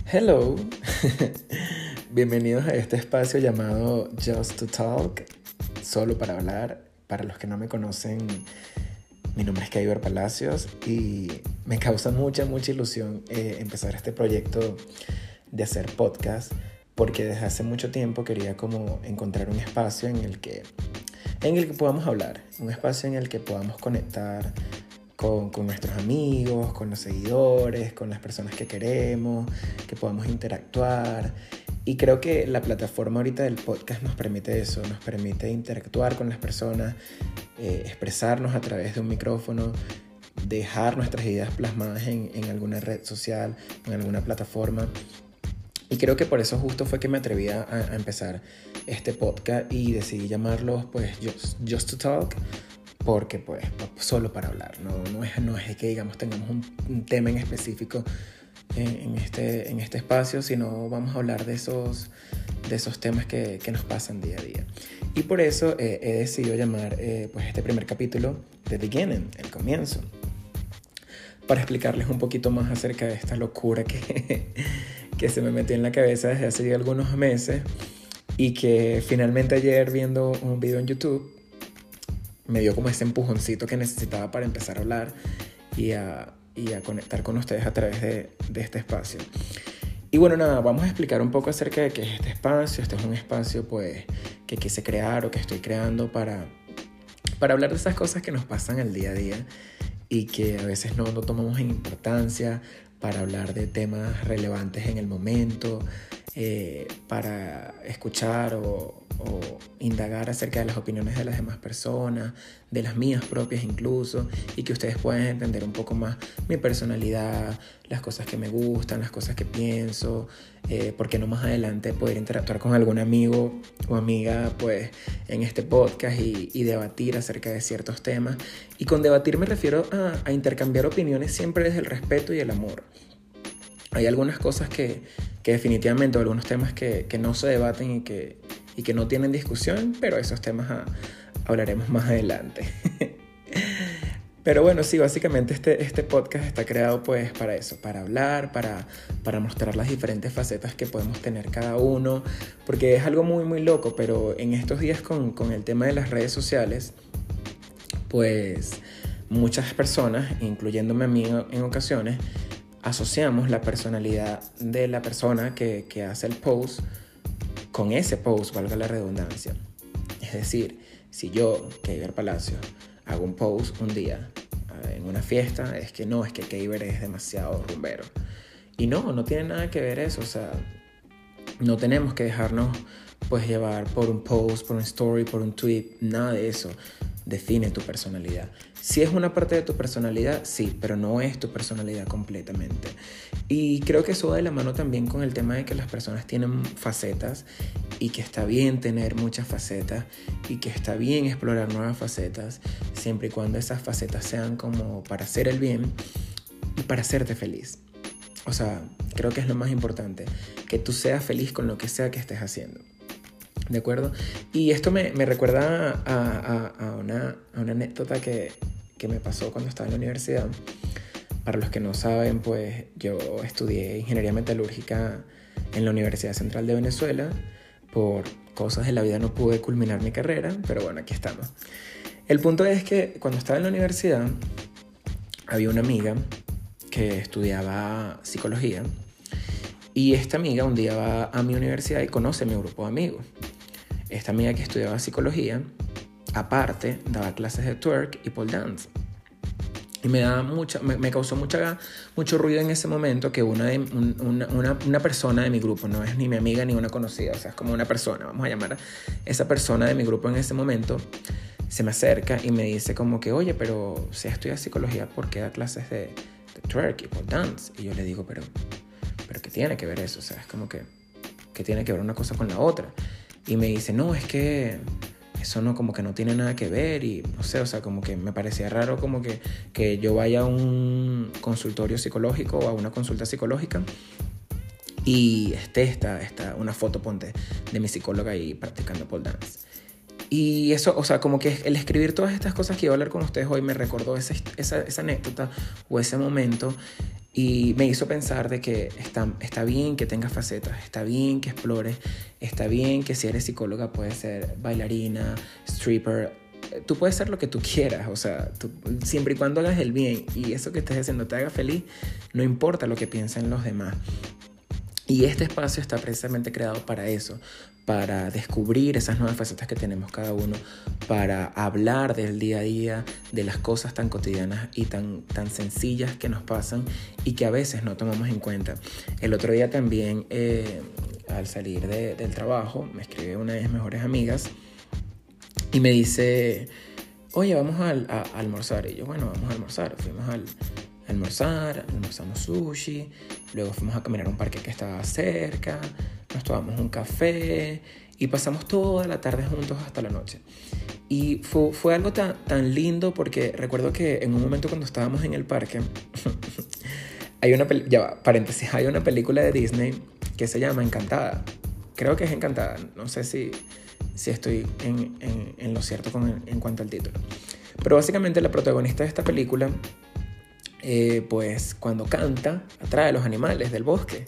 Hello, bienvenidos a este espacio llamado Just to Talk, solo para hablar. Para los que no me conocen, mi nombre es Keiber Palacios y me causa mucha ilusión empezar este proyecto de hacer podcast, porque desde hace mucho tiempo quería como encontrar un espacio en el que podamos hablar, un espacio en el que podamos conectar con nuestros amigos, con los seguidores, con las personas que queremos, que podamos interactuar. Y creo que la plataforma ahorita del podcast nos permite eso, nos permite interactuar con las personas, expresarnos a través de un micrófono, dejar nuestras ideas plasmadas en alguna red social, en alguna plataforma. Y creo que por eso justo fue que me atreví a empezar este podcast y decidí llamarlo pues Just to Talk, porque pues solo para hablar, no es que digamos tengamos un tema en específico en este espacio, sino vamos a hablar de esos temas que nos pasan día a día. Y por eso he decidido llamar pues este primer capítulo The Beginning, el comienzo, para explicarles un poquito más acerca de esta locura que se me metió en la cabeza desde hace ya algunos meses y que finalmente ayer, viendo un video en YouTube, me dio como ese empujoncito que necesitaba para empezar a hablar y a conectar con ustedes a través de este espacio. Y bueno, nada, vamos a explicar un poco acerca de qué es este espacio. Este es un espacio pues que quise crear o que estoy creando para hablar de esas cosas que nos pasan al día a día y que a veces no tomamos en importancia, para hablar de temas relevantes en el momento, para escuchar o indagar acerca de las opiniones de las demás personas, de las mías propias incluso, y que ustedes puedan entender un poco más mi personalidad, las cosas que me gustan, las cosas que pienso, porque no más adelante poder interactuar con algún amigo o amiga pues en este podcast y debatir acerca de ciertos temas. Y con debatir me refiero a intercambiar opiniones siempre desde el respeto y el amor. Hay algunas cosas que definitivamente, o algunos temas que no se debaten y que no tienen discusión, pero esos temas hablaremos más adelante. Pero bueno, sí, básicamente este podcast está creado pues para eso, para hablar, para mostrar las diferentes facetas que podemos tener cada uno, porque es algo muy loco, pero en estos días con el tema de las redes sociales, pues muchas personas, incluyéndome a mí en ocasiones, asociamos la personalidad de la persona que hace el post con ese post, valga la redundancia. Es decir, si yo, Keiber Palacios, hago un post un día en una fiesta, es que Keiber es demasiado rumbero. Y no tiene nada que ver eso, o sea, no tenemos que dejarnos pues llevar por un post, por un story, por un tweet, nada de eso define tu personalidad. Si es una parte de tu personalidad, sí, pero no es tu personalidad completamente. Y creo que eso va de la mano también con el tema de que las personas tienen facetas y que está bien tener muchas facetas y que está bien explorar nuevas facetas, siempre y cuando esas facetas sean como para hacer el bien y para hacerte feliz. O sea, creo que es lo más importante, que tú seas feliz con lo que sea que estés haciendo. ¿De acuerdo? Y esto me recuerda a una anécdota que me pasó cuando estaba en la universidad. Para los que no saben, pues yo estudié ingeniería metalúrgica en la Universidad Central de Venezuela. Por cosas de la vida no pude culminar mi carrera, pero bueno, aquí estamos. El punto es que cuando estaba en la universidad había una amiga que estudiaba psicología, y esta amiga un día va a mi universidad y conoce a mi grupo de amigos. Esta amiga que estudiaba psicología, aparte, daba clases de twerk y pole dance. Y me causó mucho ruido en ese momento que una persona de mi grupo, no es ni mi amiga ni una conocida, o sea, es como una persona, vamos a llamar a esa persona de mi grupo en ese momento, se me acerca y me dice como que, oye, pero si estudias psicología, ¿por qué da clases de twerk y pole dance? Y yo le digo, pero ¿qué tiene que ver eso? O sea, es como que tiene que ver una cosa con la otra. Y me dice, no, es que eso no, como que no tiene nada que ver. Y no sé, o sea, como que me parecía raro como que yo vaya a un consultorio psicológico o a una consulta psicológica y está una foto, ponte, de mi psicóloga ahí practicando pole dance. Y eso, o sea, como que el escribir todas estas cosas que iba a hablar con ustedes hoy me recordó esa anécdota o ese momento Y me hizo pensar de que está bien que tengas facetas, está bien que explores, está bien que si eres psicóloga puedes ser bailarina, stripper. Tú puedes ser lo que tú quieras, o sea, siempre y cuando hagas el bien y eso que estés haciendo te haga feliz, no importa lo que piensen los demás. Y este espacio está precisamente creado para eso, para descubrir esas nuevas facetas que tenemos cada uno, para hablar del día a día, de las cosas tan cotidianas y tan sencillas que nos pasan y que a veces no tomamos en cuenta. El otro día también, al salir del trabajo, me escribe una de mis mejores amigas y me dice, oye, vamos a almorzar. Y yo, bueno, vamos a almorzar. Fuimos a almorzar, almorzamos sushi, luego fuimos a caminar a un parque que estaba cerca, nos tomamos un café y pasamos toda la tarde juntos hasta la noche. Y fue algo tan lindo porque recuerdo que en un momento cuando estábamos en el parque, hay una película de Disney que se llama Encantada. Creo que es Encantada, no sé si estoy en lo cierto en cuanto al título. Pero básicamente la protagonista de esta película, pues cuando canta, atrae a los animales del bosque.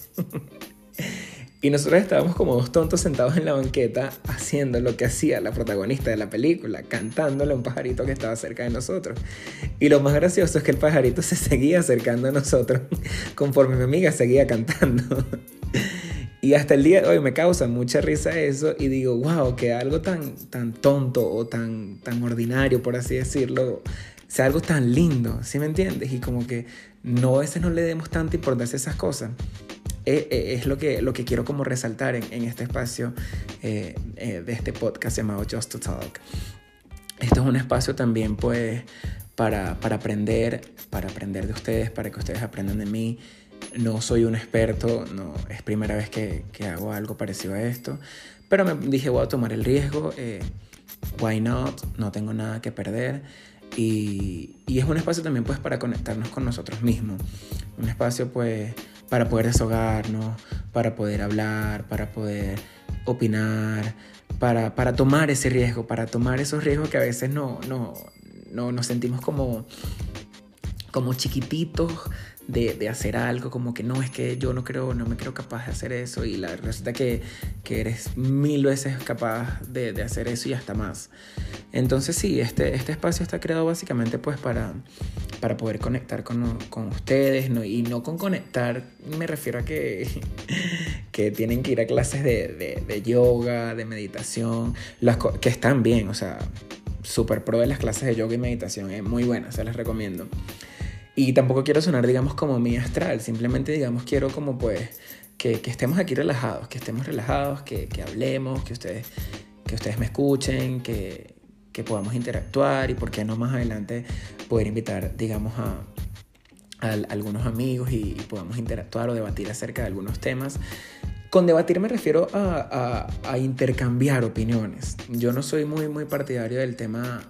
Y nosotros estábamos como dos tontos sentados en la banqueta haciendo lo que hacía la protagonista de la película, cantándole a un pajarito que estaba cerca de nosotros. Y lo más gracioso es que el pajarito se seguía acercando a nosotros conforme mi amiga seguía cantando. Y hasta el día de hoy me causa mucha risa eso y digo, wow, que algo tan tonto o tan ordinario, por así decirlo, sea algo tan lindo, ¿sí me entiendes? Y como que a veces no le demos tanta importancia a esas cosas. Es lo que quiero como resaltar en este espacio de este podcast llamado Just to Talk. Esto es un espacio también pues para aprender de ustedes, para que ustedes aprendan de mí. No soy un experto, no, es primera vez que hago algo parecido a esto, pero me dije voy a tomar el riesgo, why not, no tengo nada que perder. Y es un espacio también pues para conectarnos con nosotros mismos, un espacio pues para poder desahogarnos, para poder hablar, para poder opinar, para tomar ese riesgo, para tomar esos riesgos que a veces no nos sentimos como chiquititos de hacer algo, como que no, es que yo no me creo capaz de hacer eso y resulta que eres 1000 veces capaz de hacer eso y hasta más. Entonces sí, este espacio está creado básicamente pues para poder conectar con ustedes, ¿no? Y no con conectar me refiero a que tienen que ir a clases de yoga, de meditación, que están bien, o sea, súper pro de las clases de yoga y meditación, muy buenas, se las recomiendo. Y tampoco quiero sonar, digamos, como mi astral. Simplemente, digamos, quiero como pues que estemos aquí relajados, que hablemos, que ustedes me escuchen, que podamos interactuar y por qué no más adelante poder invitar, digamos, a algunos amigos y podamos interactuar o debatir acerca de algunos temas. Con debatir me refiero a intercambiar opiniones. Yo no soy muy partidario del tema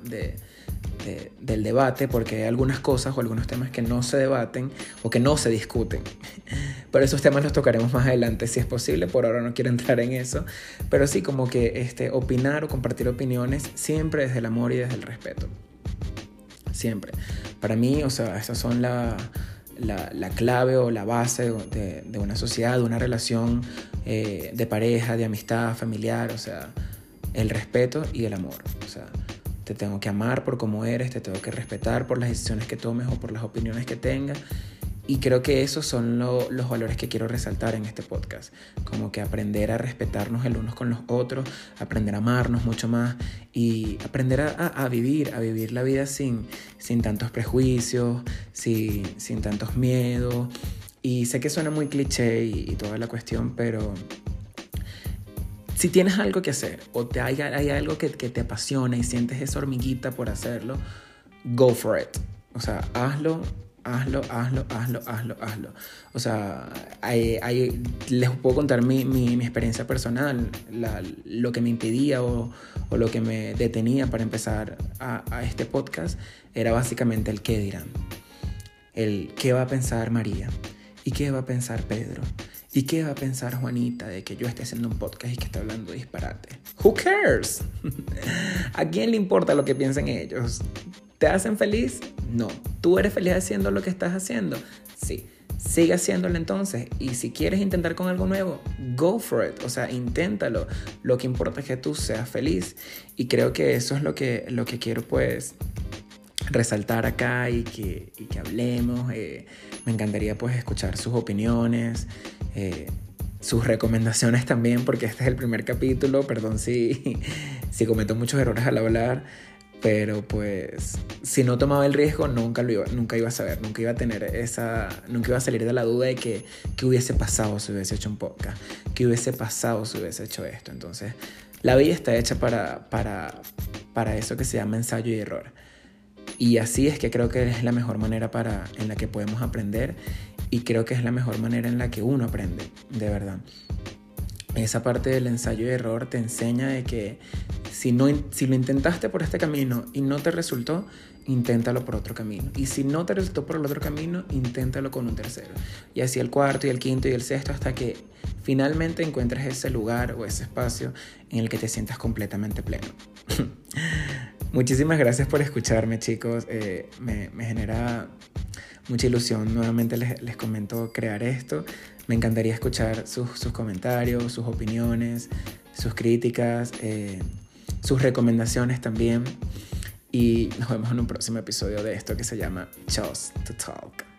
del debate porque hay algunas cosas o algunos temas que no se debaten o que no se discuten. Pero esos temas los tocaremos más adelante si es posible. Por ahora no quiero entrar en eso. Pero sí, como que opinar o compartir opiniones siempre desde el amor y desde el respeto. Siempre. Para mí, o sea, esas son la clave o la base de una sociedad, de una relación de pareja, de amistad, familiar. O sea, el respeto y el amor. O sea, te tengo que amar por cómo eres, te tengo que respetar por las decisiones que tomes o por las opiniones que tengas. Y creo que esos son los valores que quiero resaltar en este podcast. Como que aprender a respetarnos el unos con los otros, aprender a amarnos mucho más y aprender a vivir la vida sin tantos prejuicios, sin tantos miedos. Y sé que suena muy cliché y toda la cuestión, pero si tienes algo que hacer o hay algo que te apasiona y sientes esa hormiguita por hacerlo, go for it. O sea, hazlo. O sea, les puedo contar mi experiencia personal, lo que me impedía o lo que me detenía para empezar a este podcast era básicamente el qué dirán. El qué va a pensar María y qué va a pensar Pedro y qué va a pensar Juanita de que yo esté haciendo un podcast y que esté hablando disparate. Who cares? ¿A quién le importa lo que piensen ellos? ¿Te hacen feliz? No. ¿Tú eres feliz haciendo lo que estás haciendo? Sí. sigue haciéndolo entonces. Y si quieres intentar con algo nuevo, go for it. O sea, inténtalo. Lo que importa es que tú seas feliz. Y creo que eso es lo que quiero pues resaltar acá y que hablemos. Me encantaría pues escuchar sus opiniones, sus recomendaciones también, porque este es el primer capítulo. Perdón si cometo muchos errores al hablar, pero pues si no tomaba el riesgo nunca iba a saber, nunca iba a salir de la duda de que hubiese pasado si hubiese hecho un podcast, qué hubiese pasado si hubiese hecho esto. Entonces la vida está hecha para eso que se llama ensayo y error. Y así es que creo que es la mejor manera en la que podemos aprender, y creo que es la mejor manera en la que uno aprende, de verdad. Esa parte del ensayo y error te enseña de que si lo intentaste por este camino y no te resultó, inténtalo por otro camino. Y si no te resultó por el otro camino, inténtalo con un tercero. Y así el cuarto y el quinto y el sexto, hasta que finalmente encuentres ese lugar o ese espacio en el que te sientas completamente pleno. Muchísimas gracias por escucharme, chicos. Me genera mucha ilusión, nuevamente les comento, crear esto. Me encantaría escuchar sus comentarios, sus opiniones, sus críticas, sus recomendaciones también. Y nos vemos en un próximo episodio de esto que se llama Just to Talk.